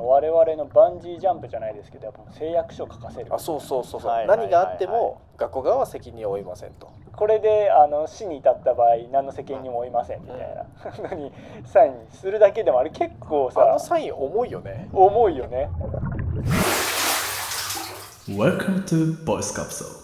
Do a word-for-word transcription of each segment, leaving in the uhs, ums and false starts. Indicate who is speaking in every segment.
Speaker 1: の我々のバンジージャンプじゃないですけど、やっぱ誓約書を書かせる。
Speaker 2: あ、そうそうそうそう、
Speaker 3: はいはいはいはい、
Speaker 2: 何があっても学校側は責任を負いませんと。
Speaker 1: これであの死に至った場合何の責任も負いませんみたいなのにサインするだけでもあれ結構さ、
Speaker 2: あのサイン重いよね。
Speaker 1: 重いよね。
Speaker 4: Welcome to Voice Capsule。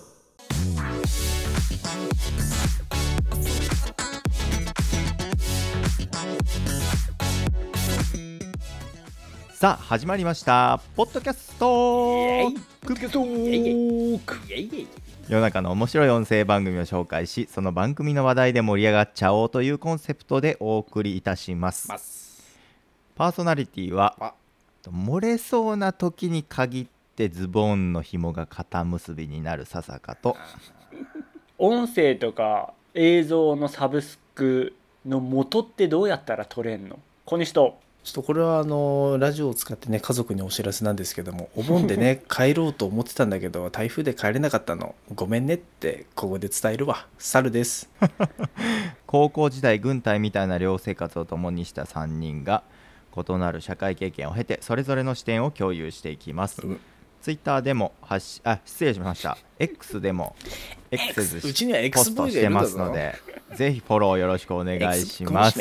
Speaker 3: さあ始まりましたポッドキャスト。
Speaker 1: イエイポッドキャストークイエイイエイ。
Speaker 3: 世の中の面白い音声番組を紹介し、その番組の話題で盛り上がっちゃおうというコンセプトでお送りいたします。パーソナリティは漏れそうな時に限ってズボンの紐が肩結びになる笹香と、
Speaker 1: 音声とか映像のサブスクの元ってどうやったら取れんの？小西と。
Speaker 5: ちょっとこれはあのラジオを使ってね家族にお知らせなんですけども、お盆でね帰ろうと思ってたんだけど台風で帰れなかったのごめんねってここで伝えるわ。猿です。
Speaker 3: 高校時代軍隊みたいな寮生活を共にしたさんにんが異なる社会経験を経てそれぞれの視点を共有していきます。うん、ツイッターでも発しあ失礼しました X でも X
Speaker 5: うちには
Speaker 3: ポ
Speaker 5: X
Speaker 3: ストしてますのでぜひフォローよろしくお願いします。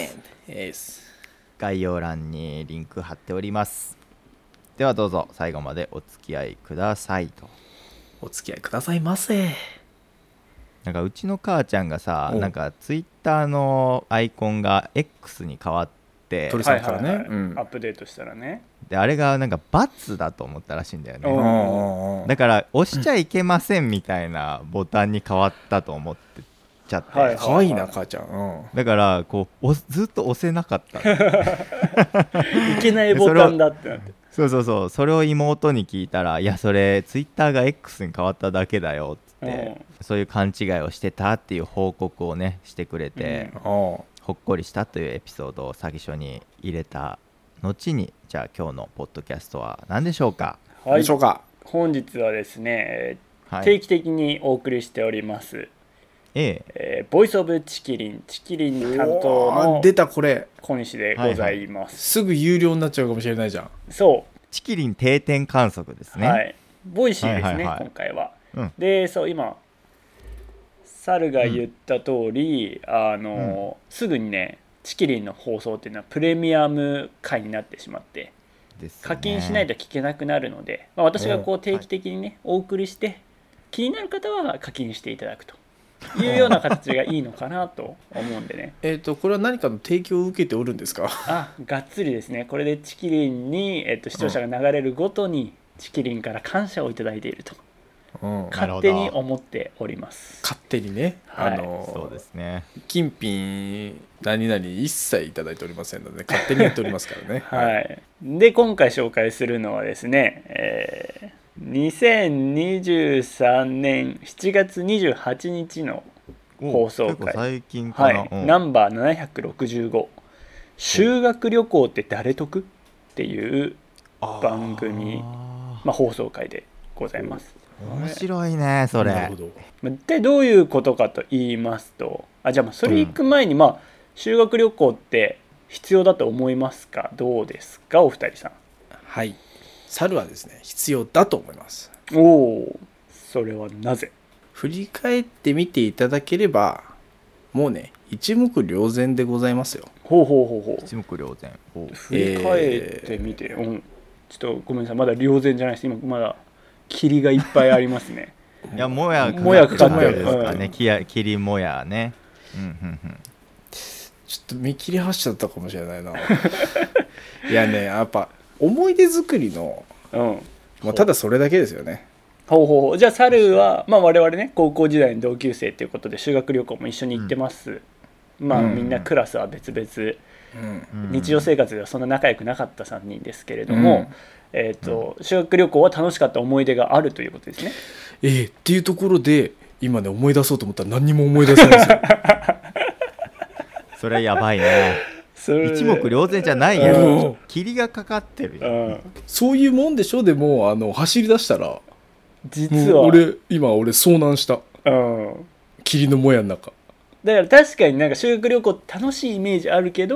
Speaker 3: 概要欄にリンク貼っております。ではどうぞ最後までお付き合いくださいと。
Speaker 5: お付き合いくださいませ。
Speaker 3: なんかうちの母ちゃんがさ、なんかツイッターのアイコンが X に変わって
Speaker 5: 鳥さんからね、
Speaker 1: はいはいはい、
Speaker 5: うん、
Speaker 1: アップデートしたらね、
Speaker 3: であれがなんか×だと思ったらしいんだよね。
Speaker 5: うん、
Speaker 3: だから押しちゃいけませんみたいなボタンに変わったと思ってちゃって、
Speaker 5: はいはいはい、かわいいな母ちゃん、うん、
Speaker 3: だからこうずっと押せなかった
Speaker 1: いけないボタンだってなって、
Speaker 3: そうそうそう、それを妹に聞いたら、いやそれツイッターが X に変わっただけだよってって、うん、そういう勘違いをしてたっていう報告をねしてくれて、うん、ほっこりしたというエピソードを最初に入れた後に、じゃあ今日のポッドキャストは何でしょうか。
Speaker 1: はい、
Speaker 5: でしょうか。
Speaker 1: 本日はですね、はい、定期的にお送りしております
Speaker 3: ええ
Speaker 1: えー、ボイスオブチキリンチキリン担当の
Speaker 5: 出たこれ
Speaker 1: 小西でございます、はいはい、
Speaker 5: すぐ有料になっちゃうかもしれないじゃん。
Speaker 1: そう
Speaker 3: チキリン定点観測ですね、
Speaker 1: はい、ボイシーですね、はいはいはい、今回は、うん、でそう今猿が言った通り、うん、あの、うん、すぐにねチキリンの放送っていうのはプレミアム会になってしまってです、ね、課金しないと聞けなくなるので、まあ、私がこう定期的にね、はい、お送りして気になる方は課金していただくというような形がいいのかなと思うんでね。
Speaker 5: えっとこれは何かの提供を受けておるんですか？
Speaker 1: あ、がっつりですね。これでチキリンに、えっと、視聴者が流れるごとにチキリンから感謝をいただいていると、うん、勝手に思っております。
Speaker 5: 勝手にね、
Speaker 1: はい、
Speaker 3: あのー、そうですね。
Speaker 5: 金品何々一切いただいておりませんので勝手にやっておりますからね。
Speaker 1: はい。で今回紹介するのはですね、えーにせんにじゅうさんねんしちがつにじゅうはちにちの放送回、
Speaker 3: 最近かな、
Speaker 1: はい、ナンバーななひゃくろくじゅうご、修学旅行って誰得っていう番組、あ、まあ、放送回でございます。
Speaker 3: 面白いねそれ。
Speaker 5: なるほど。
Speaker 1: でどういうことかと言いますと、あ、じゃあまあそれ行く前に、うん、まあ修学旅行って必要だと思いますか？どうですかお二人さん。
Speaker 5: はい、猿はですね必要だと思います。
Speaker 1: おお、それはなぜ？
Speaker 5: 振り返ってみていただければもうね一目瞭然でございますよ。
Speaker 1: ほうほうほうほう。
Speaker 3: 一目瞭然。
Speaker 1: 振り返ってみて、えーうん、ちょっとごめんなさいまだ瞭然じゃないです。今まだ霧がいっぱいありますね。
Speaker 3: いやもや
Speaker 1: もやかかってる
Speaker 3: ですかね、うん、霧もやね、うんうんうん、
Speaker 5: ちょっと見切り発車だったかもしれないな。いやねやっぱ思い出作りの、うん、まあ、ただそれだけですよね。
Speaker 1: ほうほうほう。じゃあ猿は、まあ、我々ね高校時代の同級生ということで修学旅行も一緒に行ってます、うん、まあ、うん、みんなクラスは別々、うん、日常生活ではそんな仲良くなかったさんにんですけれども、うん、えーとうん、修学旅行は楽しかった思い出があるということですね。
Speaker 5: えー、っていうところで今ね思い出そうと思ったら何にも思い出せないですよ。
Speaker 3: それはやばいね。一目瞭然じゃないやろ、霧がかかってるよ、うん、
Speaker 5: そういうもんでしょ。でもあの走り出したら
Speaker 1: 実は
Speaker 5: 俺今俺遭難した、うん、霧のもやの中
Speaker 1: だから確かになんか修学旅行楽しいイメージあるけど、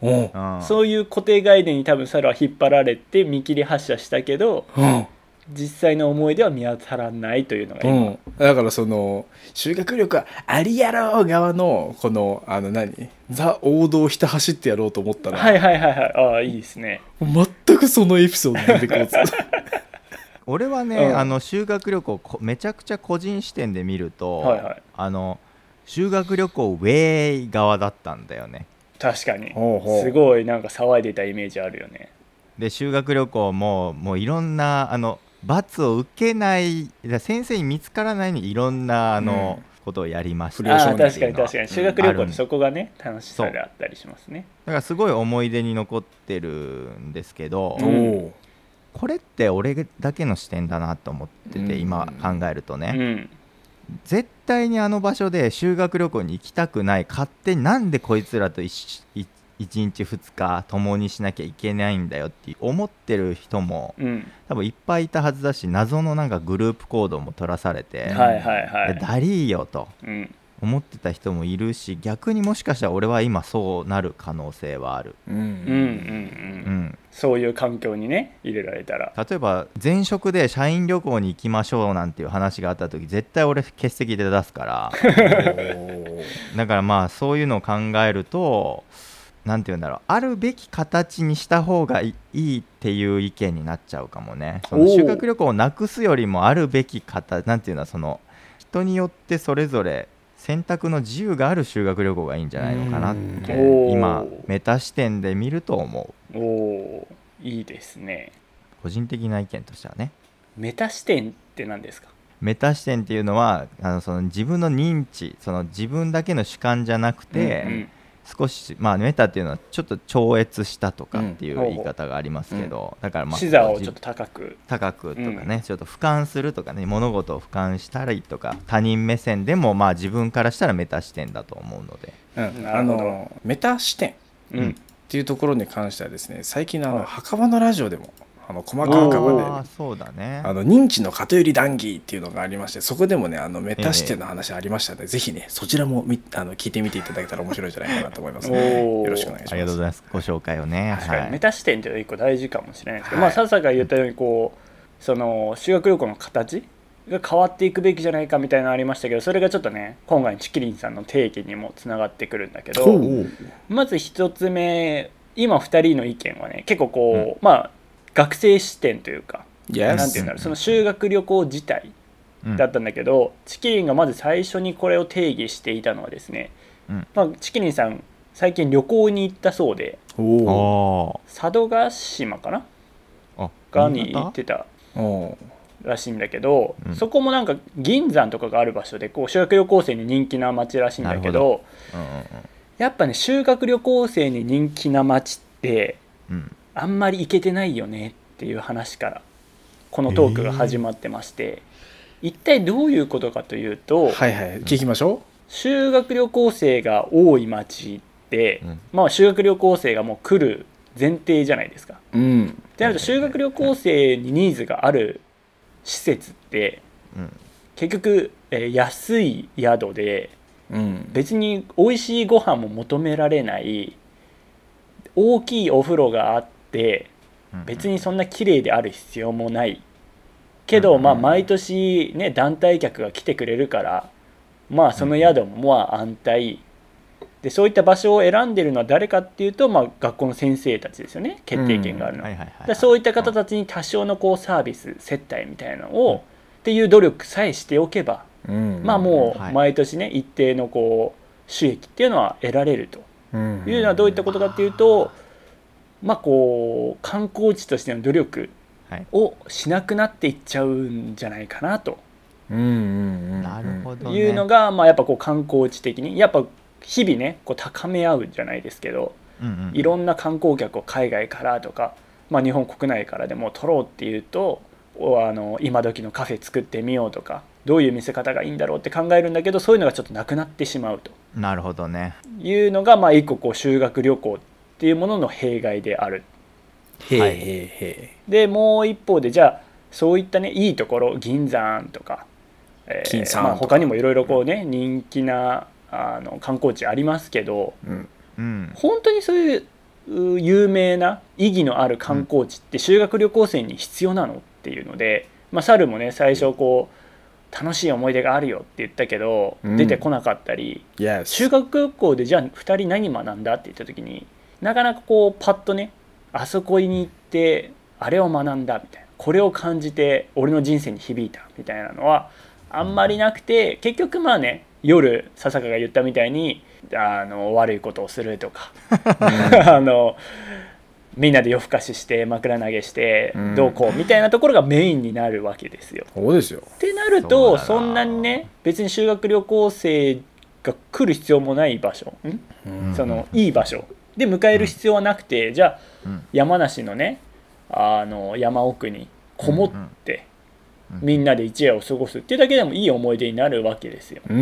Speaker 5: うん
Speaker 3: うん
Speaker 1: そういう固定概念に多分猿は引っ張られて見切り発車したけど、
Speaker 5: うん
Speaker 1: 実際の思い出は見当たらないというのが今、
Speaker 5: うん、だからその修学旅行はありやろう側のこのあの何ザ王道をひた走ってやろうと思ったら、
Speaker 1: はいはいはいはいああいいですね
Speaker 5: 全くそのエピソード出てこう
Speaker 3: 俺はね、
Speaker 1: うん
Speaker 3: あの修学旅行こめちゃくちゃ個人視点で見ると、
Speaker 1: はいはい
Speaker 3: あの修学旅行ウェイ側だったんだよね。
Speaker 1: 確かに
Speaker 5: ほうほう
Speaker 1: すごいなんか騒いでたイメージあるよね
Speaker 3: で修学旅行ももういろんなあの罰を受けない先生に見つからないようにいろんなあの、うんことをやりました。
Speaker 5: 不良少
Speaker 1: ああ確かに確かに修学旅行
Speaker 3: うん
Speaker 1: でそこがね楽しさであったりしますね
Speaker 3: だからすごい思い出に残ってるんですけど、
Speaker 1: う
Speaker 5: おお
Speaker 3: これって俺だけの視点だなと思ってて、
Speaker 5: うん
Speaker 3: 今考えるとね、
Speaker 1: うん
Speaker 3: 絶対にあの場所で修学旅行に行きたくない勝手になんでこいつらと一いいちにちふつか共にしなきゃいけないんだよって思ってる人も
Speaker 1: うん
Speaker 3: 多分いっぱいいたはずだし、謎のなんかグループ行動も取らされて、
Speaker 1: はいはいはい
Speaker 3: ダリーよと
Speaker 1: うん
Speaker 3: 思ってた人もいるし、逆にもしかしたら俺は今そうなる可能性はある、
Speaker 5: うんうん
Speaker 1: うんうんう
Speaker 3: うんん、
Speaker 1: そういう環境にね入れられたら
Speaker 3: 例えば前職で社員旅行に行きましょうなんていう話があった時絶対俺欠席で出すからだからまあそういうのを考えるとなんていうんだろう、あるべき形にした方がいいっていう意見になっちゃうかもね。その
Speaker 1: おー
Speaker 3: 修学旅行をなくすよりもあるべき形なんていうのは、その人によってそれぞれ選択の自由がある修学旅行がいいんじゃないのかなって
Speaker 1: うん
Speaker 3: 今メタ視点で見ると思う。
Speaker 1: おおーいいですね
Speaker 3: 個人的な意見としてはね。
Speaker 1: メタ視点って何ですか
Speaker 3: メタ視点っていうのはあのその自分の認知、その自分だけの主観じゃなくて、
Speaker 1: うん
Speaker 3: 少し、まあ、メタっていうのはちょっと超越したとかっていう言い方がありますけど、だからまあ
Speaker 1: 視座をちょっと高く
Speaker 3: 高くとかね、ちょっと俯瞰するとかね、物事を俯瞰したりとか、他人目線でもまあ自分からしたらメタ視点だと思うので、
Speaker 5: うん
Speaker 1: なるほど
Speaker 5: あのメタ視点っ
Speaker 1: うん
Speaker 5: ていうところに関してはですね、最近のあの、
Speaker 1: はい
Speaker 5: 墓場のラジオでもあの細かくまで
Speaker 3: ああそうだね、
Speaker 5: あの認知の偏り談義っていうのがありまして、そこでもねあのメタ視点の話ありましたので、ぜひねそちらもみあの聞いてみていただけたら面白いんじゃないかなと思いますので、
Speaker 1: おー
Speaker 5: よろしくお願いします。
Speaker 3: ありがとうございます。ご紹介をね。
Speaker 1: 確かに
Speaker 3: はい
Speaker 1: メタ視点っていうのは一個大事かもしれないですけど、
Speaker 5: はい
Speaker 1: まあ笹が言ったようにこうその修学旅行の形が変わっていくべきじゃないかみたいなのありましたけど、それがちょっとね今回のチキリンさんの定義にもつながってくるんだけど、
Speaker 5: ほう
Speaker 1: まず一つ目、今ふたりの意見はね結構こう、まあ学生視点というか、
Speaker 5: Yes
Speaker 1: なんていうんだろう、その修学旅行自体だったんだけど、チキリンがまず最初にこれを定義していたのはですね、
Speaker 3: うん
Speaker 1: まあ、チキリンさん最近旅行に行ったそうで、
Speaker 5: おお
Speaker 3: あ
Speaker 1: 佐渡島かな
Speaker 3: あ
Speaker 1: がに行ってた
Speaker 5: お
Speaker 1: らしいんだけど、
Speaker 3: うん
Speaker 1: そこもなんか銀山とかがある場所でこう修学旅行生に人気な街らしいんだけど、
Speaker 3: なるほうんうん
Speaker 1: やっぱね修学旅行生に人気な街って
Speaker 3: うんうん
Speaker 1: あんまり行けてないよねっていう話からこのトークが始まってまして、一体どういうことかというと、
Speaker 5: はいはい聞きましょ
Speaker 1: 修学旅行生が多い街って、
Speaker 3: うん
Speaker 1: まあ修学旅行生がもう来る前提じゃないですか。
Speaker 5: う。うん
Speaker 1: ってなると修学旅行生にニーズがある施設って
Speaker 3: うん
Speaker 1: 結局、えー安い宿で
Speaker 5: うん
Speaker 1: 別に美味しいご飯も求められない大きいお風呂があって
Speaker 3: うん
Speaker 1: 別にそんな綺麗である必要もないけど、まあ毎年ね団体客が来てくれるからまあその宿もまあ安泰で、そういった場所を選んでるのは誰かっていうと、まあ学校の先生たちですよね、決定権があるのは。
Speaker 3: はいはいはいはい
Speaker 1: でそういった方たちに多少のこうサービス接待みたいなのを、っていう努力さえしておけば、
Speaker 5: うん
Speaker 1: まあも
Speaker 3: はい
Speaker 1: う毎年ね一定のこう収益っていうのは得られると
Speaker 5: うん
Speaker 1: いうのはどういったことかっていうと、まあこう観光地としての努力
Speaker 3: はい
Speaker 1: をしなくなっていっちゃうんじゃないかなと
Speaker 5: うんうんうん
Speaker 3: なるほどね
Speaker 1: いうのが、まあやっぱこう観光地的にやっぱ日々ねこう高め合うじゃないですけど、
Speaker 3: うんうん
Speaker 1: いろんな観光客を海外からとか、まあ、日本国内からでも取ろうっていうとおあの今時のカフェ作ってみようとかどういう見せ方がいいんだろうって考えるんだけど、そういうのがちょっとなくなってしまうと
Speaker 3: なるほどね。
Speaker 1: いうのがまあ一個こう修学旅行っていうものの弊害である。
Speaker 5: へえ
Speaker 3: はい
Speaker 5: へえへ
Speaker 1: でもう一方でじゃあそういったねいいところ銀山とか、えー
Speaker 5: 金山とか
Speaker 1: まあ、他にもいろいろこうね人気なあの観光地ありますけど、
Speaker 5: えうん
Speaker 3: うん
Speaker 1: 本当にそういう有名な意義のある観光地って修学旅行生に必要なのっていうので、まあ、猿もね最初こう楽しい思い出があるよって言ったけど、うん、出てこなかったり、
Speaker 5: yes.
Speaker 1: 修学旅行でじゃあふたり何学んだって言った時になかなかこうパッとねあそこに行ってあれを学んだみたいな、これを感じて俺の人生に響いたみたいなのはあんまりなくて、結局まあね夜笹香が言ったみたいにあの悪いことをするとかあのみんなで夜更かしして枕投げしてどうこうみたいなところがメインになるわけですよ。
Speaker 5: そうですよ。
Speaker 1: ってなるとそんなにね別に修学旅行生が来る必要もない場所、んそのいい場所で迎える必要はなくて、じゃあ山梨のねあの山奥にこもってみんなで一夜を過ごすっていうだけでもいい思い出になるわけですよ。
Speaker 3: うん、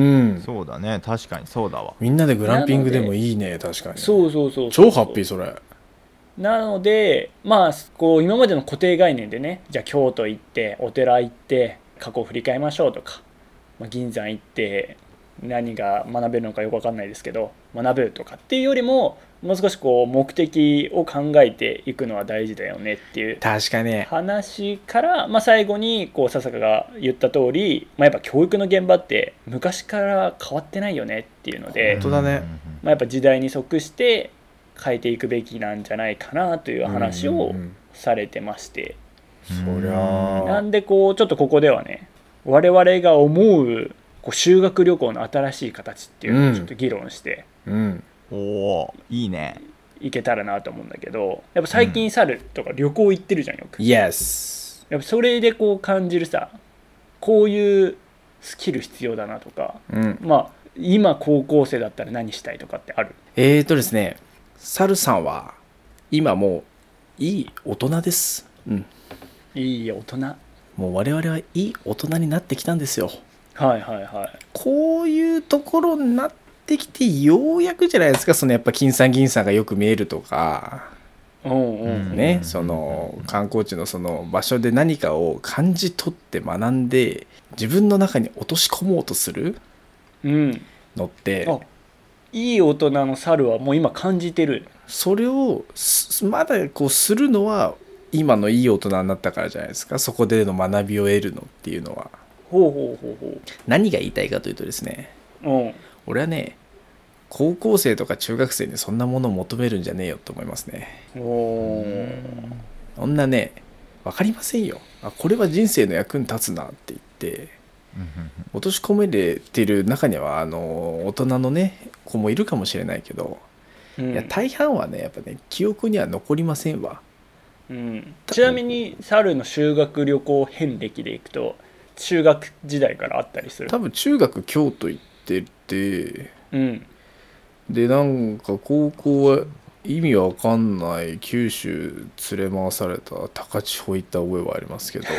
Speaker 3: そうだね、確かにそうだわ。
Speaker 5: みんなでグランピングでもいいね、確かに。
Speaker 1: そうそうそう
Speaker 5: そう、超ハッピーそれ。
Speaker 1: なのでまあこう今までの固定概念でね、じゃあ京都行ってお寺行って過去を振り返りましょうとか、まあ、銀山行って何が学べるのかよく分かんないですけど学ぶとかっていうよりも、もう少しこう目的を考えていくのは大事だよねっていう
Speaker 5: 確かに
Speaker 1: 話から、まあ、最後にこう笹香が言った通り、まあ、やっぱ教育の現場って昔から変わってないよねっていうので、
Speaker 5: 本当だね、
Speaker 1: まあ、やっぱ時代に即して変えていくべきなんじゃないかなという話をされてまして、
Speaker 5: うんうん、そりゃ
Speaker 1: なんでこうちょっとここではね我々が思うこう修学旅行の新しい形っていうのをちょっと議論して
Speaker 5: うん、うん
Speaker 3: おいいね
Speaker 1: いけたらなと思うんだけど、やっぱ最近猿とか旅行行ってるじゃんよく、
Speaker 5: うん、Yes
Speaker 1: やっぱそれでこう感じるさ、こういうスキル必要だなとか、
Speaker 5: うん、
Speaker 1: まあ今高校生だったら何したいとかってある？
Speaker 5: えーとですね猿さんは今もういい大人です、うん、
Speaker 1: いい大人、
Speaker 5: もう我々はいい大人になってきたんですよ。
Speaker 1: はいはいはい。
Speaker 5: こういうところになってできてようやくじゃないですか、そのやっぱ金さん銀さんがよく見えるとか、
Speaker 1: うんうん
Speaker 5: ね、その観光地のその場所で何かを感じ取って学んで自分の中に落とし込もうとするのって、
Speaker 1: うん、あいい大人の猿はもう今感じてる。
Speaker 5: それをまだこうするのは今のいい大人になったからじゃないですか。そこでの学びを得るのっていうのは。
Speaker 1: ほうほうほうほう。
Speaker 5: 何が言いたいかというとですね、
Speaker 1: うん、
Speaker 5: 俺はね高校生とか中学生にそんなものを求めるんじゃねえよと思いますね。
Speaker 1: お
Speaker 5: そんなね分かりませんよ。あこれは人生の役に立つなって言って落とし込めれてる中にはあの大人のね子もいるかもしれないけど、うん、いや大半はねやっぱね記憶には残りませんわ、
Speaker 1: うん、ちなみに猿の修学旅行遍歴でいくと中学時代からあったりする？
Speaker 5: 多分中学京都行ってて、
Speaker 1: うん
Speaker 5: でなんか高校は意味わかんない九州連れ回された高千穂行った覚えはありますけど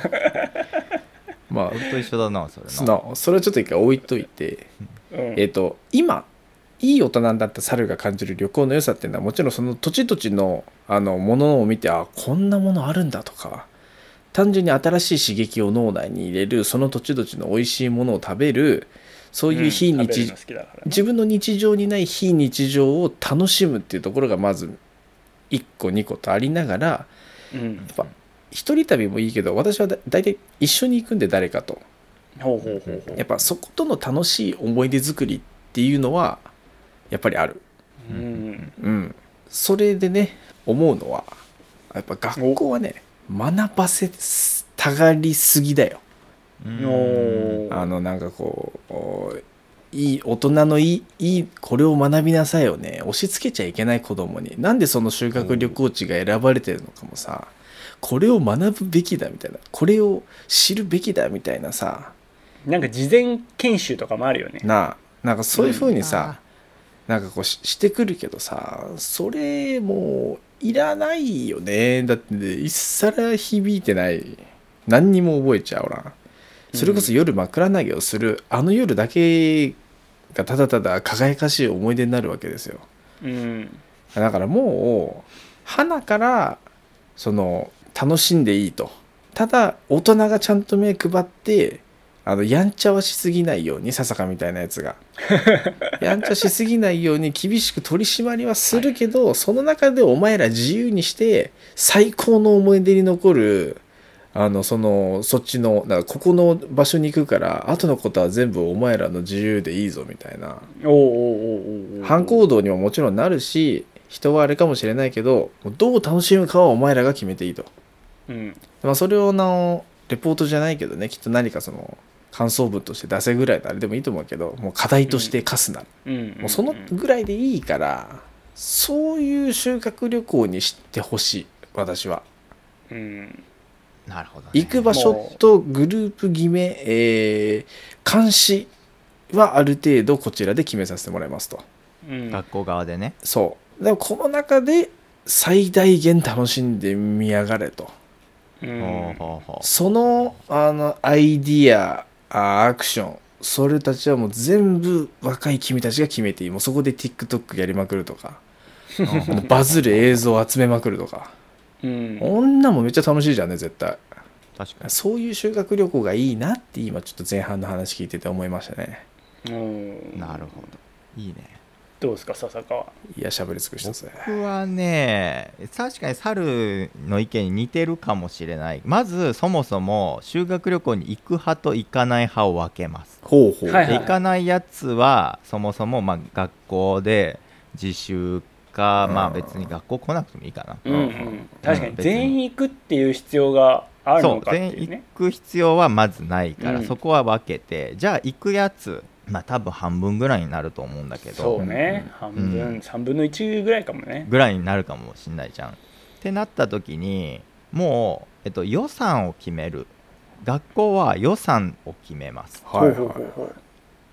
Speaker 5: まあ
Speaker 3: ずっと一緒だなそれ
Speaker 5: な。それはちょっと一回置いといて、うん、えっと今いい大人だった猿が感じる旅行の良さっていうのはもちろんその土地土地のあのものを見て、あこんなものあるんだとか、単純に新しい刺激を脳内に入れる、その土地土地の美味しいものを食べる、そういう非日常、うんね、自分の日常にない非日常を楽しむっていうところがまずいっこにことありながら、うん、やっぱ一人旅もいいけど私はだだいたい一緒に行くんで誰かと
Speaker 1: ほうほうほうほう、
Speaker 5: やっぱそことの楽しい思い出作りっていうのはやっぱりある、
Speaker 1: うん
Speaker 5: うん、それでね思うのはやっぱ学校はね学ばせたがりすぎだよ。あのなんかこういい大人のいい、いいこれを学びなさいをね押し付けちゃいけない子供に。なんでその修学旅行地が選ばれてるのかもさ、これを学ぶべきだみたいな、これを知るべきだみたいなさ、
Speaker 1: なんか事前研修とかもあるよね。
Speaker 5: なあなんかそういう風にさ、うん、なんかこう し, してくるけどさ、それもういらないよね。だって一皿響いてない、何にも覚えちゃうな。それこそ夜枕投げをする、うん、あの夜だけがただただ輝かしい思い出になるわけですよ、
Speaker 1: うん、
Speaker 5: だからもう花からその楽しんでいいと、ただ大人がちゃんと目配ってあのやんちゃはしすぎないように、笹香みたいなやつがやんちゃしすぎないように厳しく取り締まりはするけど、その中でお前ら自由にして最高の思い出に残る、あのそのそっちのなんかここの場所に行くから後のことは全部お前らの自由でいいぞみたいな、
Speaker 1: おうおうおうおう、
Speaker 5: 反行動にももちろんなるし、人はあれかもしれないけどどう楽しむかはお前らが決めていいと、
Speaker 1: うん、も
Speaker 5: まあ、それをなおレポートじゃないけどね、きっと何かその感想文として出せぐらいのあれでもいいと思うけど、もう課題として課すな、
Speaker 1: うん、
Speaker 5: もうそのぐらいでいいから、そういう修学旅行にしてほしい私は、
Speaker 1: うん、
Speaker 3: なるほど、ね、
Speaker 5: 行く場所とグループ決め、えー、監視はある程度こちらで決めさせてもらいますと、
Speaker 1: うん、
Speaker 3: 学校側でね。
Speaker 5: そうでもこの中で最大限楽しんでみやがれと、
Speaker 1: うん、
Speaker 3: ほうほうほう、
Speaker 5: そのあのアイディアアクション、それたちはもう全部若い君たちが決めていい。もうそこで TikTok やりまくるとかもうバズる映像を集めまくるとか、
Speaker 1: うん、
Speaker 5: 女もめっちゃ楽しいじゃんね絶対。
Speaker 3: 確かに
Speaker 5: そういう修学旅行がいいなって今ちょっと前半の話聞いてて思いましたね。
Speaker 1: うん、
Speaker 3: なるほど、いいね。
Speaker 1: どうですか笹川。
Speaker 5: いや喋り尽くしたぜ。
Speaker 3: 僕はね確かに猿の意見に似てるかもしれない。まずそもそも修学旅行に行く派と行かない派を分けます。
Speaker 5: ほうほう、
Speaker 1: はいはい、
Speaker 3: 行かないやつはそもそもまあ学校で自習か、まあ別に学校来なくてもいいかな、
Speaker 1: うんうん、確かに全員行くっていう必要があるのかっていうね。
Speaker 3: そう、全員行く必要はまずないから、
Speaker 1: うん、
Speaker 3: そこは分けて、じゃあ行くやつまあ多分半分ぐらいになると思うんだけど、
Speaker 1: そうね、うん、半分、うん、さんぶんのいちぐらいかもね、
Speaker 3: ぐらいになるかもしんないじゃんってなった時に、もう、えっと、予算を決める。学校は予算を決めます。
Speaker 5: はいはいはい、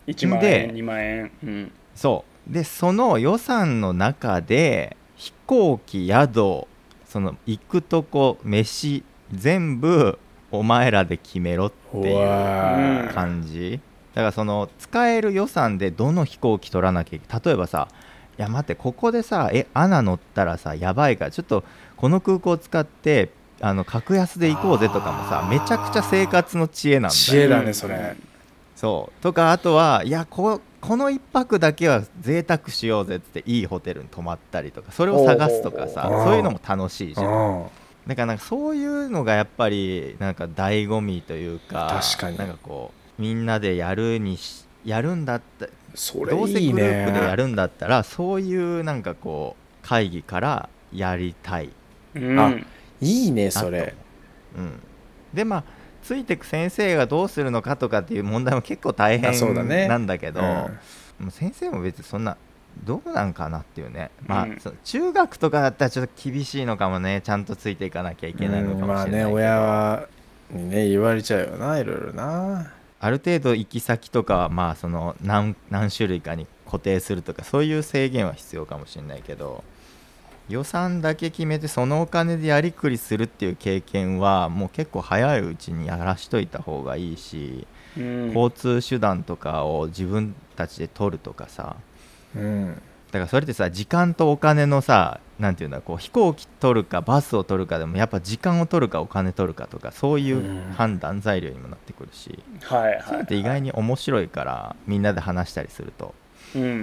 Speaker 1: いちまんえんにまんえん、うん、
Speaker 3: そうでその予算の中で飛行機、宿、その行くとこ、飯全部お前らで決めろっていう感じ。だからその使える予算でどの飛行機取らなきゃいけない。例えばさ、いや待ってここでさえアナ乗ったらさやばいからちょっとこの空港使ってあの格安で行こうぜとかもさめちゃくちゃ生活の知恵なんだよ。
Speaker 5: 知恵だねそれ。
Speaker 3: そうとか、あとはいや こ, このいっぱくだけは贅沢しようぜっていいホテルに泊まったりとか、それを探すとかさ、そういうのも楽しいじゃん。だからなんかそういうのがやっぱりなんか醍醐味というか、
Speaker 5: 確かに
Speaker 3: なんかこうみんなでやるにしやるんだった
Speaker 5: それいいね、
Speaker 3: どうせグループでやるんだったらそういうなんかこう会議からやりたい、
Speaker 1: うん、あ
Speaker 5: いいねそれ、
Speaker 3: うん、でまあついてく先生がどうするのかとかっていう問題も結構大変なんだけど、
Speaker 5: ね
Speaker 3: うん、先生も別にそんなどうなんかなっていうね、まあうん、中学とかだったらちょっと厳しいのかもね、ちゃんとついていかなきゃいけないのかもしれないけど、
Speaker 5: うん、まあね親はにね言われちゃうよな、いろいろな。
Speaker 3: ある程度行き先とかはまあその 何, 何種類かに固定するとかそういう制限は必要かもしれないけど、予算だけ決めてそのお金でやりくりするっていう経験はもう結構早いうちにやらしといた方がいいし、うん、交通手段とかを自分たちで取るとかさ、うん、だからそれってさ時間とお金のさなんていうんだこう飛行機取るかバスを取るかでもやっぱ時間を取るかお金取るかとかそういう判断材料にもなってくるし、
Speaker 1: うん、はいはいはい、
Speaker 3: それって意外に面白いからみんなで話したりすると、
Speaker 1: うんうん、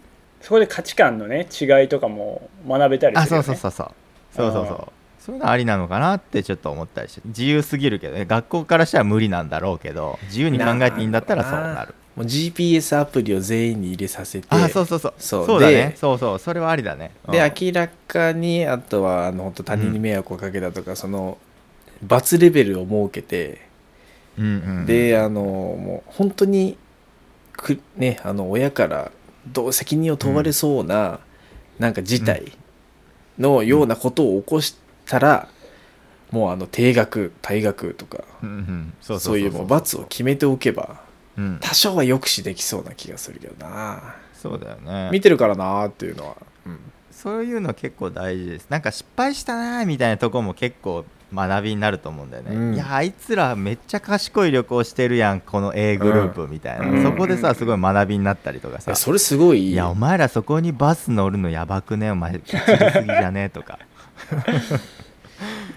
Speaker 1: そこで価値観のね違いとかも学べたりするよね。
Speaker 3: あそうそうそうそうそうそうそうそういうのありなのかなってちょっと思ったりして、自由すぎるけどね、学校からしたら無理なんだろうけど自由に考えていいんだったらそうなる。
Speaker 5: もう ジーピーエス アプリを全員に入れさせて、
Speaker 3: あそうそうそうそうそうだね、そうそうそれはありだね、
Speaker 5: うん、で明らかにあとはあの本当他人に迷惑をかけたとか、うん、その罰レベルを設けて、うんうんうん、であのもう本当にく、ね、あの親からどう責任を問われそうな、うん、なんか事態のようなことを起こしたら、うん、もうあの定額退学とか、うんうん、そういうもう罰を決めておけばうん、多少は抑止できそうな気がするけどな。
Speaker 3: そうだよね、
Speaker 5: 見てるからなっていうのは、うん、
Speaker 3: そういうの結構大事です。なんか失敗したなみたいなとこも結構学びになると思うんだよね、うん、いやあいつらめっちゃ賢い旅行してるやんこの A グループみたいな、うん、そこでさすごい学びになったりとかさ、
Speaker 5: それすごいいい。
Speaker 3: いやお前らそこにバス乗るのやばくねお前きつすぎじゃねとか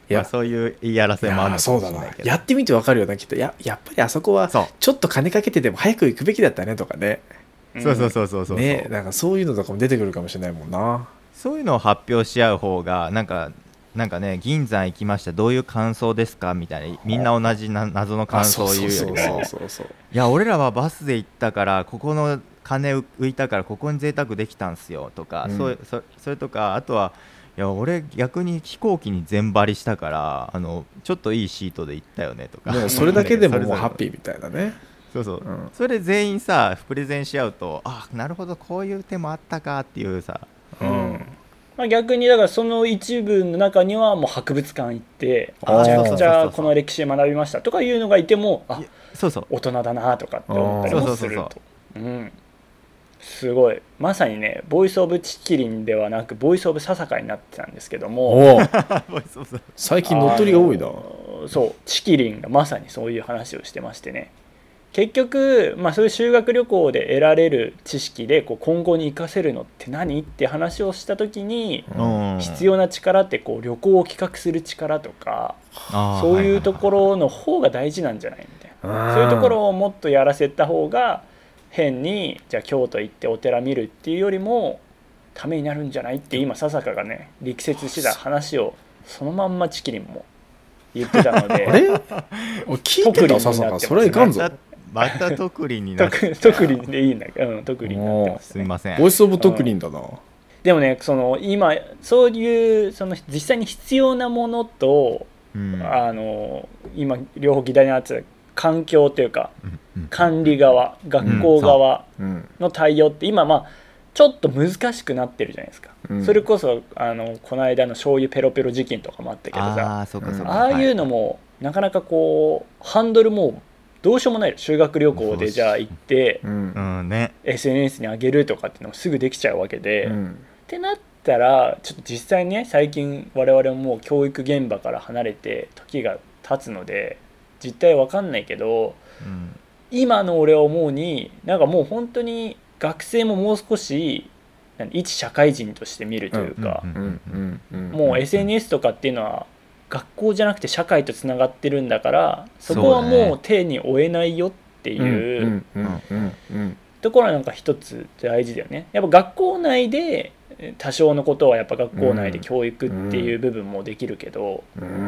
Speaker 5: いや、
Speaker 3: まあ、そういう言い争いもあるのかもしれないけど、
Speaker 5: やってみてわかるよなきっと。ややっぱりあそこは
Speaker 3: そう
Speaker 5: ちょっと金かけてでも早く行くべきだったねとかね。
Speaker 3: そうそうそうそうそう、
Speaker 5: ね、なんかそういうのとかも出てくるかもしれないもんな。
Speaker 3: そういうのを発表し合う方がなんかなんかね、銀山行きましたどういう感想ですかみたいな、みんな同じな謎の感想を言うよりも、いや俺らはバスで行ったからここの金浮いたからここに贅沢できたんすよとか、うん、そう そ, それとか、あとはいや俺逆に飛行機に全張りしたからあのちょっといいシートで行ったよねとか、
Speaker 5: もうそれだけでももうハッピーみたいなね。
Speaker 3: そうそう、
Speaker 5: うん、
Speaker 3: それ全員さプレゼンし合うと、あなるほどこういう手もあったかっていうさ、
Speaker 1: うんまあ、逆にだからその一部の中にはもう博物館行ってめちゃくちゃこの歴史学びましたとかいうのがいても、あ
Speaker 3: そうそう
Speaker 1: 大人だなとかって思ったりもすると、すごいまさにねボイスオブチキリンではなくボイスオブササカになってたんですけども
Speaker 5: 最近乗っ取りが多いな。
Speaker 1: そうチキリンがまさにそういう話をしてましてね、結局、まあ、そういう修学旅行で得られる知識でこう今後に生かせるのって何って話をした時に、うん、必要な力ってこう旅行を企画する力とかそういうところの方が大事なんじゃないみたいな、そういうところをもっとやらせた方が変にじゃあ京都行ってお寺見るっていうよりもためになるんじゃないって今笹香がね力説してた話をそのまんまチキリンも言ってたので
Speaker 5: あれ聞いてた笹香それはいかんぞ。
Speaker 3: また特輪になって
Speaker 1: 特輪でいいんだけど、うん、特輪になってます、ね、
Speaker 3: すみません。
Speaker 5: ボイスオブ特輪だな、うん、
Speaker 1: でもねその今そういうその実際に必要なものと、うん、あの今両方議題になってた環境というか、うん、管理側学校側の対応って今まあちょっと難しくなってるじゃないですか、うん、それこそあのこの間の醤油ペロペロ事件とかもあったけどさ、 あ, そうかそうか、ああいうのも、はい、なかなかこうハンドルもどうしようもない。修学旅行でじゃあ行って、うんね、エスエヌエス に上げるとかっていうのもすぐできちゃうわけで、うん、ってなったらちょっと実際ね最近我々ももう教育現場から離れて時が経つので実態わかんないけど、うん、今の俺は思うになんかもう本当に学生ももう少し一社会人として見るというか、もう エスエヌエス とかっていうのは学校じゃなくて社会とつながってるんだからそこはもう手に負えないよっていうところはなんか一つ大事だよね。やっぱ学校内で多少のことはやっぱ学校内で教育っていう部分もできるけど、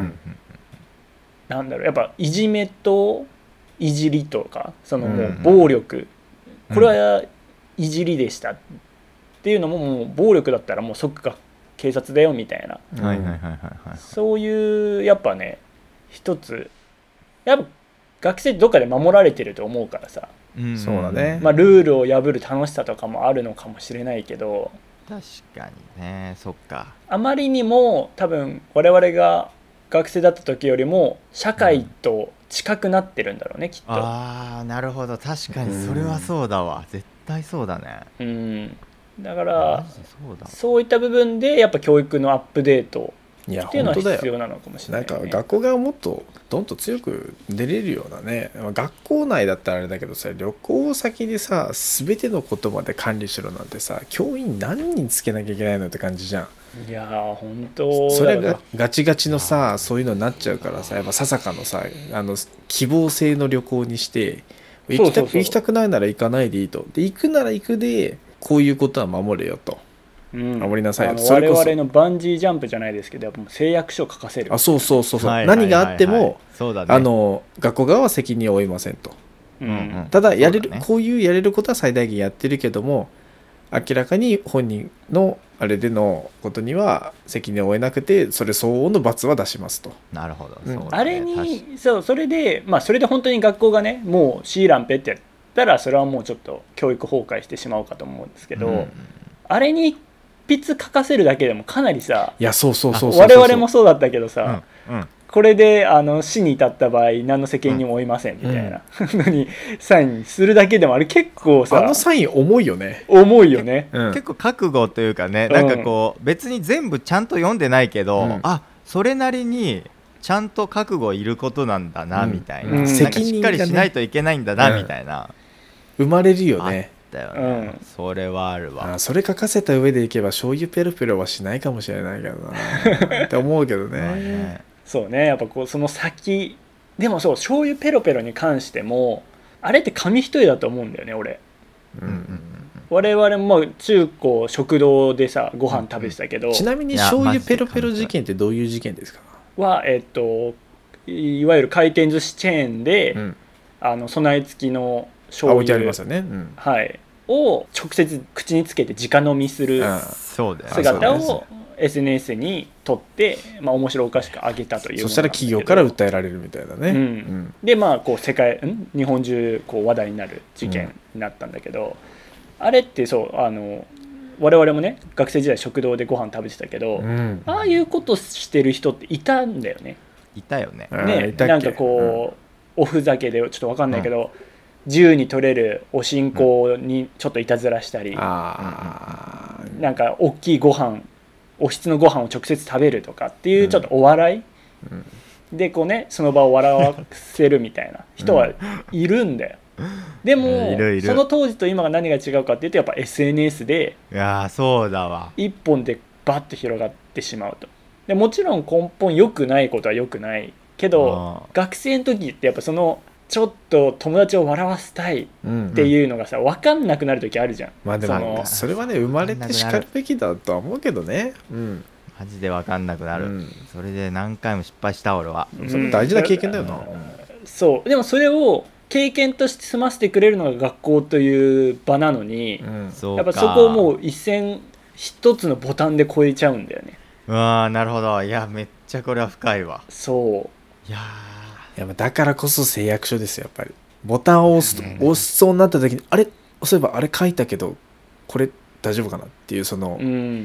Speaker 1: なんだろうやっぱいじめといじりとかそのもう暴力、これはいじりでしたっていうのももう暴力だったらもう即学警察だよみたいな、そういうやっぱね一つやっぱ学生どっかで守られてると思うからさ、
Speaker 5: うん、そうだね、
Speaker 1: まあ、ルールを破る楽しさとかもあるのかもしれないけど、
Speaker 3: 確かにね、そっか、
Speaker 1: あまりにも多分我々が学生だった時よりも社会と近くなってるんだろうね、うん、きっと。
Speaker 3: ああなるほど、確かにそれはそうだわ、うん、絶対そうだね。
Speaker 1: うんだからそうだ、そういった部分でやっぱ教育のアップデートっていうのは必要なのかもしれない、ね、
Speaker 5: なんか学校がもっとどんと強く出れるようなね、学校内だったらあれだけどさ、旅行先でさ全てのことまで管理しろなんてさ、教員何人つけなきゃいけないのって感じじゃん。
Speaker 1: いやー本当
Speaker 5: それがガチガチのさそういうのになっちゃうからさ、やっぱささかのさあの希望性の旅行にして行きたく、行きたくないなら行かないでいいと、で行くなら行くでこういうことは守れよと、うん、守りなさいよ。
Speaker 1: 我々のバンジージャンプじゃないですけどやっぱ誓約書を書かせる。
Speaker 5: あそうそうそうそう、はいはいはいはい、何があってもそうだ、ね、あの学校側は責任を負いませんと、うんうん、ただやれる、ね、こういうやれることは最大限やってるけども明らかに本人のあれでのことには責任を負えなくてそれ相応の罰は出しますと。
Speaker 3: なるほど、
Speaker 1: うんそうね、あれにそうそれでまあそれで本当に学校がねもうシーランペってやったらそれはもうちょっと教育崩壊してしまうかと思うんですけど、うん、あれに一筆書かせるだけでもかなりさ、
Speaker 5: いやそうそうそう
Speaker 1: そう我々もそうだったけどさ、うんうん、これであの死に至った場合何の責任も負いませんみたいなのにサインするだけでもあれ結構さ
Speaker 5: あのサイン重いよね
Speaker 1: 重いよね、
Speaker 3: うん、結構覚悟というかね、なんかこう、うん、別に全部ちゃんと読んでないけど、うん、あそれなりにちゃんと覚悟いることなんだな、うん、みたいな、うん、責任しっかりしないといけないんだな、うん、みたいな
Speaker 5: 生まれるよね。
Speaker 3: だよね、うん、それはあるわ。
Speaker 5: あそれ書かせた上でいけば醤油ペロペロはしないかもしれないけどなって思うけどね。まあね
Speaker 1: そうね、やっぱこうその先でもそう醤油ペロペロに関してもあれって紙一重だと思うんだよね俺、
Speaker 5: うんうん、
Speaker 1: 我々も中高食堂でさご飯食べてたけど、うん、
Speaker 5: ちなみに醤油ペロペロ事件ってどういう事件ですか？
Speaker 1: はえっといわゆる回転寿司チェーンで、うん、あの備え付きの醤油
Speaker 5: 置いてありますよね、うん、
Speaker 1: はい、を直接口につけて直飲みする姿を エスエヌエス に撮って、まあ、面白おかしく上げたというものなんだけど、
Speaker 5: そしたら企業から訴えられるみたいなね、うんう
Speaker 1: ん、でまあこう世界ん日本中こう話題になる事件になったんだけど、うん、あれってそうあの我々もね学生時代食堂でご飯食べてたけど、うん、ああいうことしてる人っていたんだよね。
Speaker 3: いたよね。
Speaker 1: ね、なんかこう、うん、おふざけでちょっと分かんないけど、うん、自由に取れるお新香にちょっといたずらしたり、うん、なんか大きいご飯お質のご飯を直接食べるとかっていうちょっとお笑い、うん、でこうねその場を笑わせるみたいな人はいるんだよ、うん、でも、いるいるその当時と今が何が違うかっていうとやっぱ エスエヌエス で
Speaker 3: いやそうだわ
Speaker 1: 一本でバッと広がってしまうと。でもちろん根本良くないことは良くないけど学生の時ってやっぱそのちょっと友達を笑わせたいっていうのがさ、うんうん、分かんなくなる時あるじゃん。
Speaker 5: まあでも そ, のそれはね生まれてしかるべきだとは思うけどね、うん、
Speaker 3: マジで分かんなくなる、うん、それで何回も失敗した俺は、
Speaker 5: うん、それ大事な経験だよな、うん、
Speaker 1: そうでもそれを経験として済ませてくれるのが学校という場なのに、うん、やっぱそこをもう一線一つのボタンで超えちゃうんだよね。
Speaker 3: うわーなるほど。いやめっちゃこれは深いわ。
Speaker 1: そう
Speaker 3: いや
Speaker 5: いやだからこそ誓約書ですよやっぱり。ボタンを押す、うん、押しそうになった時にあれそういえばあれ書いたけどこれ大丈夫かなっていうその、うん、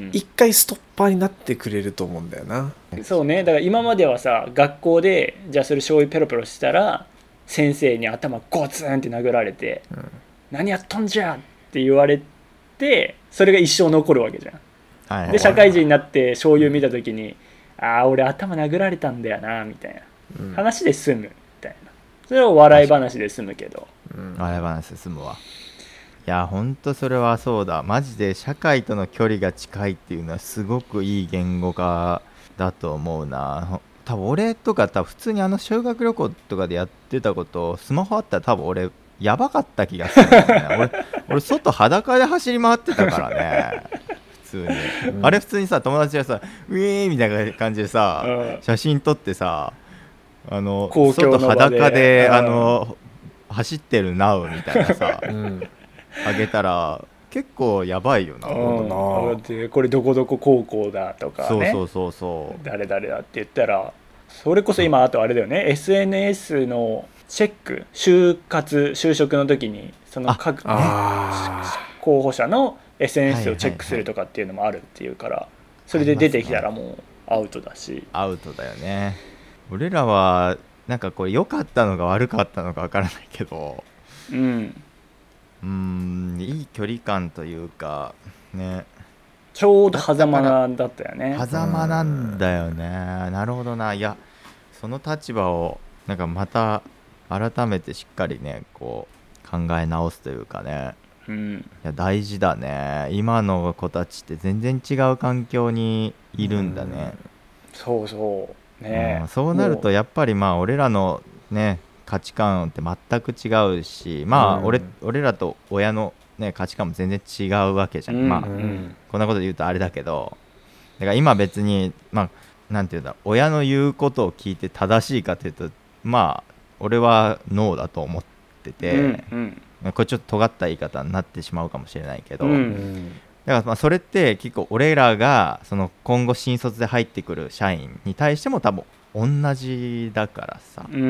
Speaker 5: 一回ストッパーになってくれると思うんだよな。
Speaker 1: そうねだから今まではさ学校でじゃあそれ醤油ペロペロしたら先生に頭ゴツンって殴られて、うん、何やっとんじゃって言われてそれが一生残るわけじゃん。はい、で社会人になって醤油見た時にああ俺頭殴られたんだよなみたいな、うん、話で済むみたいな。それは笑い話で済むけど、
Speaker 3: うん、笑い話で済むわ。いやほんとそれはそうだ。マジで社会との距離が近いっていうのはすごくいい言語化だと思うな。多分俺とか多分普通にあの修学旅行とかでやってたことスマホあったら多分俺やばかった気がするんだよね俺, 俺外裸で走り回ってたからね普通に、うん、あれ普通にさ友達がさウィーンみたいな感じでさ、うん、写真撮ってさあの外裸で、うん、あの走ってるナウみたいなさ、うん、あげたら結構やばいよな、
Speaker 1: うん、でこれどこどこ高校だとかね
Speaker 3: そうそうそうそう
Speaker 1: 誰々だって言ったらそれこそ今あとあれだよね エスエヌエス のチェック就活就職の時にその各、ね、候補者の エスエヌエス をチェックするとかっていうのもあるっていうからそれで出てきたらもうアウトだし、
Speaker 3: アウトだよね。俺らはなんかこれ良かったのか悪かったのか分からないけどうんうーんいい距離感というかね
Speaker 1: ちょうど狭間だったよね。
Speaker 3: 狭間なんだよね。なるほどな。いやその立場をなんかまた改めてしっかりねこう考え直すというかね、うん、いや大事だね。今の子たちって全然違う環境にいるんだね、
Speaker 1: うん、そうそうね、
Speaker 3: うん、そうなるとやっぱりまあ俺らのね価値観って全く違うしまあ 俺,、うん、俺らと親の、ね、価値観も全然違うわけじゃん、うんまあうん、こんなこと言うとあれだけどだから今別にまあなんていうんだ親の言うことを聞いて正しいかというとまあ俺はノーだと思ってて、うんうん、これちょっと尖った言い方になってしまうかもしれないけど、うんうん、だからまあそれって結構俺らがその今後新卒で入ってくる社員に対しても多分同じだからさ、うんうん、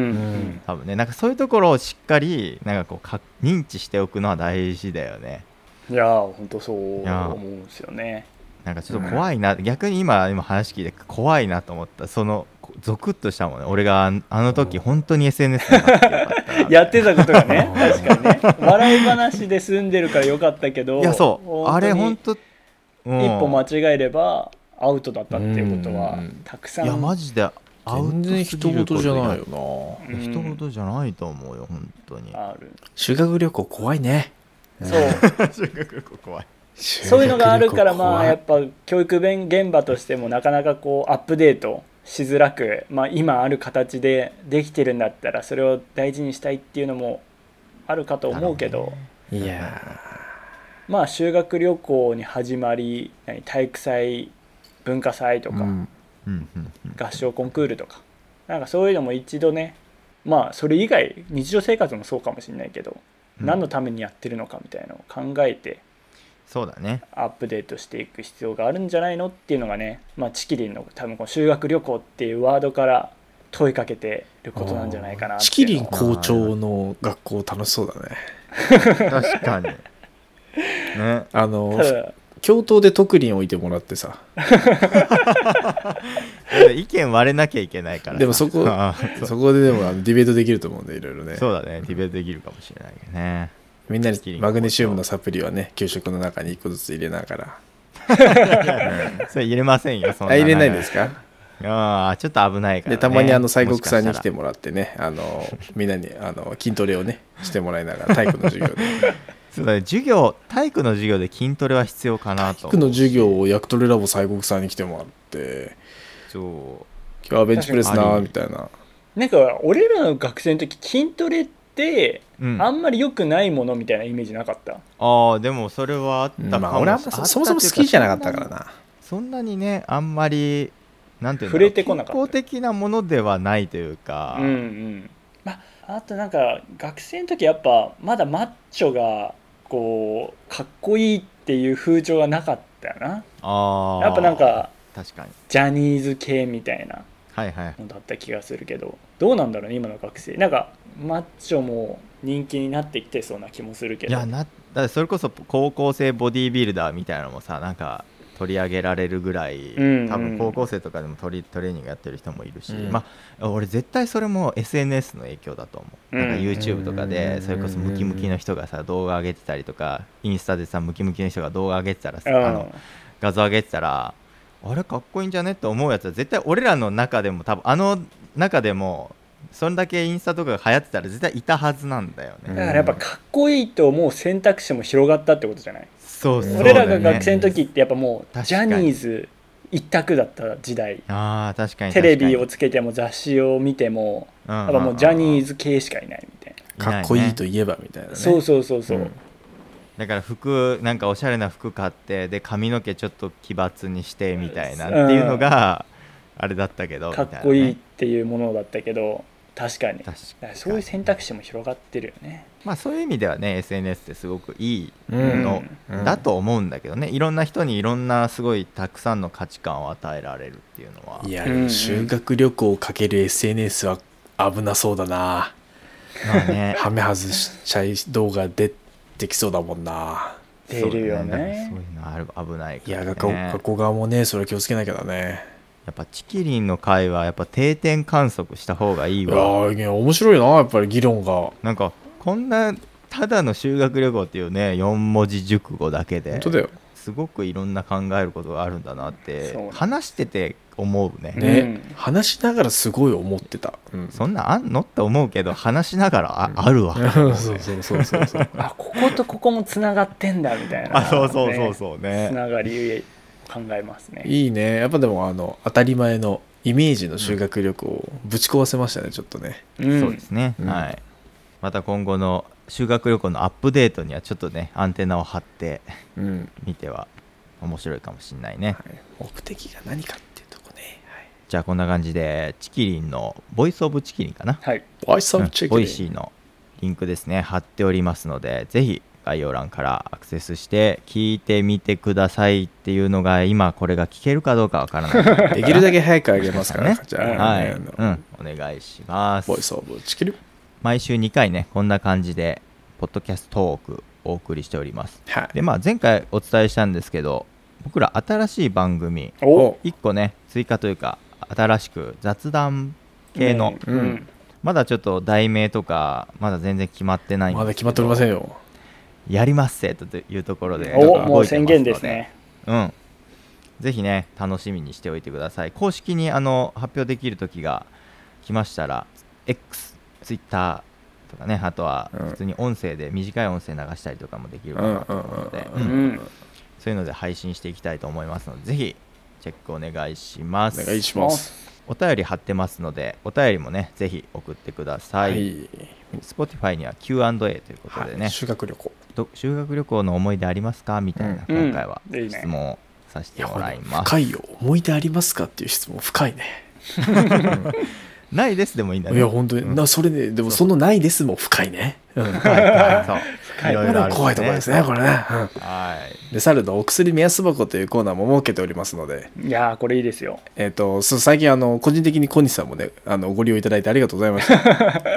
Speaker 3: 多分ねなんかそういうところをしっかりなんかこうか認知しておくのは大事だよね。
Speaker 1: いやー本当そう思うんですよね。
Speaker 3: なんかちょっと怖いな、うん、逆に今今話聞いて怖いなと思った。そのゾクッとしたもんね。俺があの時本当に エスエヌエス になってよかったな
Speaker 1: やってたことがね確かにね笑い話で済んでるからよかったけど
Speaker 3: いやそうあれ本当、
Speaker 1: うん、一歩間違えればアウトだったっていうことはたくさん。
Speaker 3: いやマジでアウト
Speaker 5: 全然人事じゃないよ
Speaker 3: な。人事じゃないと思うよ本当に。
Speaker 1: ある
Speaker 5: 修学旅行怖いね。
Speaker 1: そう
Speaker 3: 修学旅行怖い。
Speaker 1: そういうのがあるからまあやっぱ教育現場としてもなかなかこうアップデートしづらく、まあ、今ある形でできてるんだったらそれを大事にしたいっていうのもあるかと思うけど、
Speaker 5: いや
Speaker 1: まあ修学旅行に始まり何体育祭文化祭とか、
Speaker 5: うん
Speaker 3: うんうん
Speaker 1: 合唱コンクールとかなんかそういうのも一度ね、まあそれ以外日常生活もそうかもしれないけど、うん、何のためにやってるのかみたいなのを考えて
Speaker 3: そうだね
Speaker 1: アップデートしていく必要があるんじゃないのっていうのがね、まあ、チキリンの多分この修学旅行っていうワードから問いかけてることなんじゃないかなっていう。
Speaker 5: チキリン校長の学校楽しそうだね
Speaker 3: 確かにね、
Speaker 5: あの教頭で特輪置いてもらってさ
Speaker 3: 意見割れなきゃいけないから
Speaker 5: でもそこそこででもあのディベートできると思うんでいろいろね。
Speaker 3: そうだねディベートできるかもしれないけどね。み
Speaker 5: んなにマグネシウムのサプリはね給食の中にいっこずつ入れながら
Speaker 3: それ入れませんよそんな。
Speaker 5: あ入れないんですか。
Speaker 3: ああちょっと危ないから、ね、
Speaker 5: でたまにあの西国さんに来てもらってねあのみんなにあの筋トレをねしてもらいながら体育の授業で
Speaker 3: そうだね授業体育の授業で筋トレは必要かなと。
Speaker 5: 体育の授業をヤクトレラボ西国さんに来てもらって
Speaker 3: そう
Speaker 5: 今日はベンチプレスなみたいな。
Speaker 1: なんか俺らの学生の時筋トレってあんまり良くないものみたいなイメージなかった、うん、
Speaker 3: ああでもそれはあったかも、
Speaker 5: まあ、俺はそもそも好きじゃなかったからな。
Speaker 3: そんなにねあんまりなんていうの
Speaker 1: 触れてこなかった
Speaker 3: 健康的なものではないというか、
Speaker 1: うんうんまあ、あとなんか学生の時やっぱまだマッチョがこうかっこいいっていう風潮がなかったよな。
Speaker 3: あ
Speaker 1: やっぱなんか
Speaker 3: 確かに
Speaker 1: ジャニーズ系みたいな
Speaker 3: はいはい
Speaker 1: のだった気がするけど、どうなんだろうね今の学生。なんかマッチョも人気になってきてそうな気もするけど。
Speaker 3: いやなだそれこそ高校生ボディービルダーみたいなのもさなんか取り上げられるぐらい、うんうん、多分高校生とかでもトレトレーニングやってる人もいるし、うん、まあ俺絶対それも エスエヌエス の影響だと思う、うん、なんか YouTube とかでそれこそムキムキの人がさ動画上げてたりとかインスタでさムキムキの人が動画上げてたらさ、うん、あの画像上げてたらあれかっこいいんじゃねって思うやつは絶対俺らの中でも多分あの中でもそれだけインスタとかが流行ってたら絶対いたはずなんだよね。
Speaker 1: だからやっぱかっこいいと思う選択肢も広がったってことじゃない。
Speaker 3: そうそう、ね、
Speaker 1: 俺らが学生の時ってやっぱもうジャニーズ一択だった時代。
Speaker 3: あ確かに
Speaker 1: テレビをつけても雑誌を見ても、うん、やっぱもうジャニーズ系しかいないみたい
Speaker 5: な。かっこいいといえばみたいなね。
Speaker 1: そうそうそうそう、うん、
Speaker 3: だから服なんかおしゃれな服買ってで髪の毛ちょっと奇抜にしてみたいなっていうのがあれだったけど、うん、
Speaker 1: かっこいいっていうものだったけど確かに確かにそういう選択肢も広がってるよね。
Speaker 3: まあそういう意味ではね エスエヌエス ってすごくいいものだと思うんだけどね、うんうん、いろんな人にいろんなすごいたくさんの価値観を与えられるっていうのは。
Speaker 5: いや、うんうん、修学旅行かける エスエヌエス は危なそうだな。まあねはめ外しちゃい動画出てきそうだもんな。
Speaker 1: 出るよね。
Speaker 3: そういうのある危ないから、ね、
Speaker 5: いや学校側もねそれ気をつけなきゃだね。
Speaker 3: やっぱチキリンの回はやっぱ定点観測した方がいいわ。
Speaker 5: いや面白いなやっぱり議論が。
Speaker 3: なんかこんなただの修学旅行っていうねよん文字熟語だけで
Speaker 5: 本当だよ
Speaker 3: すごくいろんな考えることがあるんだなって話してて思うね。
Speaker 5: ね、うん、話しながらすごい思ってた、
Speaker 3: うん、そんなあんのって思うけど話しながら あ,、うん、あるわ
Speaker 5: そうそうそうそうそう
Speaker 1: あこことここもつながってんだみたいな、ね、
Speaker 3: あそうそうそうそうね
Speaker 1: つながり考えますね。
Speaker 5: いいね。やっぱでもあの当たり前のイメージの修学旅行をぶち壊せましたねちょっとね、
Speaker 3: うん、そうですね、うん、はい。また今後の修学旅行のアップデートにはちょっとねアンテナを張ってみては面白いかもしれないね、
Speaker 5: はい、目的が何かっていうとこね、はい、
Speaker 3: じゃあこんな感じでチキリンのボイスオブチキリンかな、
Speaker 1: はい、
Speaker 5: ボイスオブチキリン、
Speaker 3: ボイシーのリンクですね貼っておりますのでぜひ概要欄からアクセスして聞いてみてくださいっていうのが今これが聞けるかどうかわからない
Speaker 5: できるだけ早くあげますから
Speaker 3: ねじゃあ、はい、うん、お願いします。
Speaker 5: ボイスオブチキリン
Speaker 3: 毎週にかいねこんな感じでポッドキャストトークお送りしております、はい。でまあ、前回お伝えしたんですけど僕ら新しい番組をいっこね追加というか新しく雑談系の、うんうん、まだちょっと題名とかまだ全然決まってないんですけど
Speaker 5: まだ決まっておりませんよ。
Speaker 3: やりますせというところで
Speaker 1: おもう宣言ですね。
Speaker 3: うんぜひね楽しみにしておいてください。公式にあの発表できる時が来ましたら X、Twitter とかねあとは普通に音声で短い音声流したりとかもできるかなと思うのでそういうので配信していきたいと思いますのでぜひチェックお願いします。
Speaker 5: お願いします。
Speaker 3: お便り貼ってますので、お便りもねぜひ送ってください、はい、Spotify には キューアンドエー ということでね、はい、
Speaker 5: 修学旅行
Speaker 3: 修学旅行の思い出ありますかみたいな、うん、今回は質問をさせてもらいます。いや
Speaker 5: 深いよ、思い出ありますかっていう質問深いね
Speaker 3: ないですでもいいんだね。
Speaker 5: いや本当に、うん、なそれね、でもそのないですも深いね。うん、はいはい、そう深い、いろいろあるんですね、怖いところですねこれね。うん、はい。で猿のお薬目安箱というコーナーも設けておりますので、
Speaker 1: いやーこれいいですよ。
Speaker 5: えっ、ー、と最近あの個人的に小西さんもねあのご利用いただいてありがとうございました。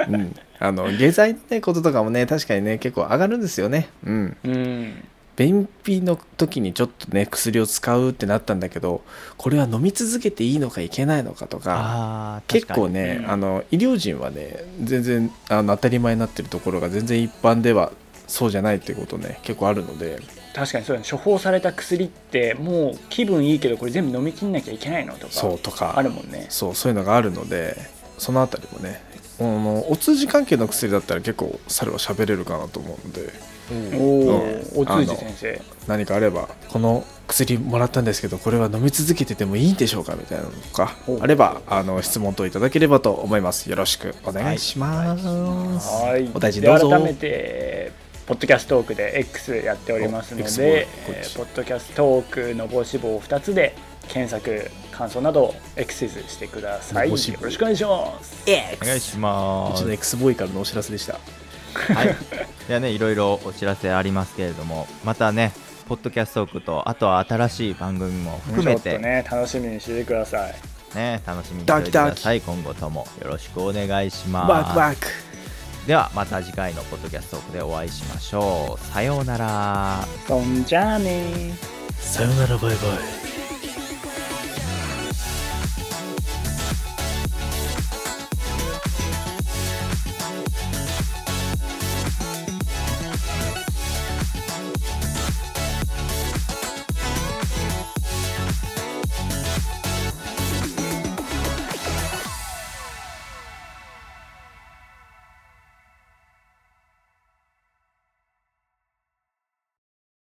Speaker 5: うん、あの下剤の、ね、こととかもね確かにね結構上がるんですよね。うん。うん便秘の時にちょっとね薬を使うってなったんだけど、これは飲み続けていいのかいけないのかとか、結構ね、うん、あの医療人はね全然あの当たり前になってるところが全然一般ではそうじゃないっていうことね結構あるので。
Speaker 1: 確かにそうだね、処方された薬ってもう気分いいけどこれ全部飲み切んなきゃいけないのとか
Speaker 5: そうとか
Speaker 1: あるもんね。
Speaker 5: そうそういうのがあるので、そのあたりもねお通じ関係の薬だったら結構猿は喋れるかなと思うので、うん、
Speaker 1: おお通じ先生
Speaker 5: 何かあれば、この薬もらったんですけどこれは飲み続けててもいいんでしょうかみたいなのとかあればあの質問等いただければと思います。よろしくお願いします。
Speaker 1: はい、
Speaker 5: お大事にどうぞ。
Speaker 1: 改めてポッドキャストトークで X やっておりますので、えー、ポッドキャストトークのぼうし棒ふたつで検索感想などエクササイズしてください。よろしくお願いします。
Speaker 3: お願いします。
Speaker 5: うちの X ボーイからのお知らせでした。
Speaker 3: はい。ではね、いろいろお知らせありますけれども、またね、ポッドキャストトークとあとは新しい番組も含めて、
Speaker 1: ちょっとね楽しみにしてください。
Speaker 3: ね、楽しみにしておいてください。今後ともよろしくお願いします。
Speaker 5: ワクワク。
Speaker 3: ではまた次回のポッドキャストトークでお会いしましょう。さようなら。
Speaker 1: そんじゃあね。
Speaker 5: さようならバイバイ。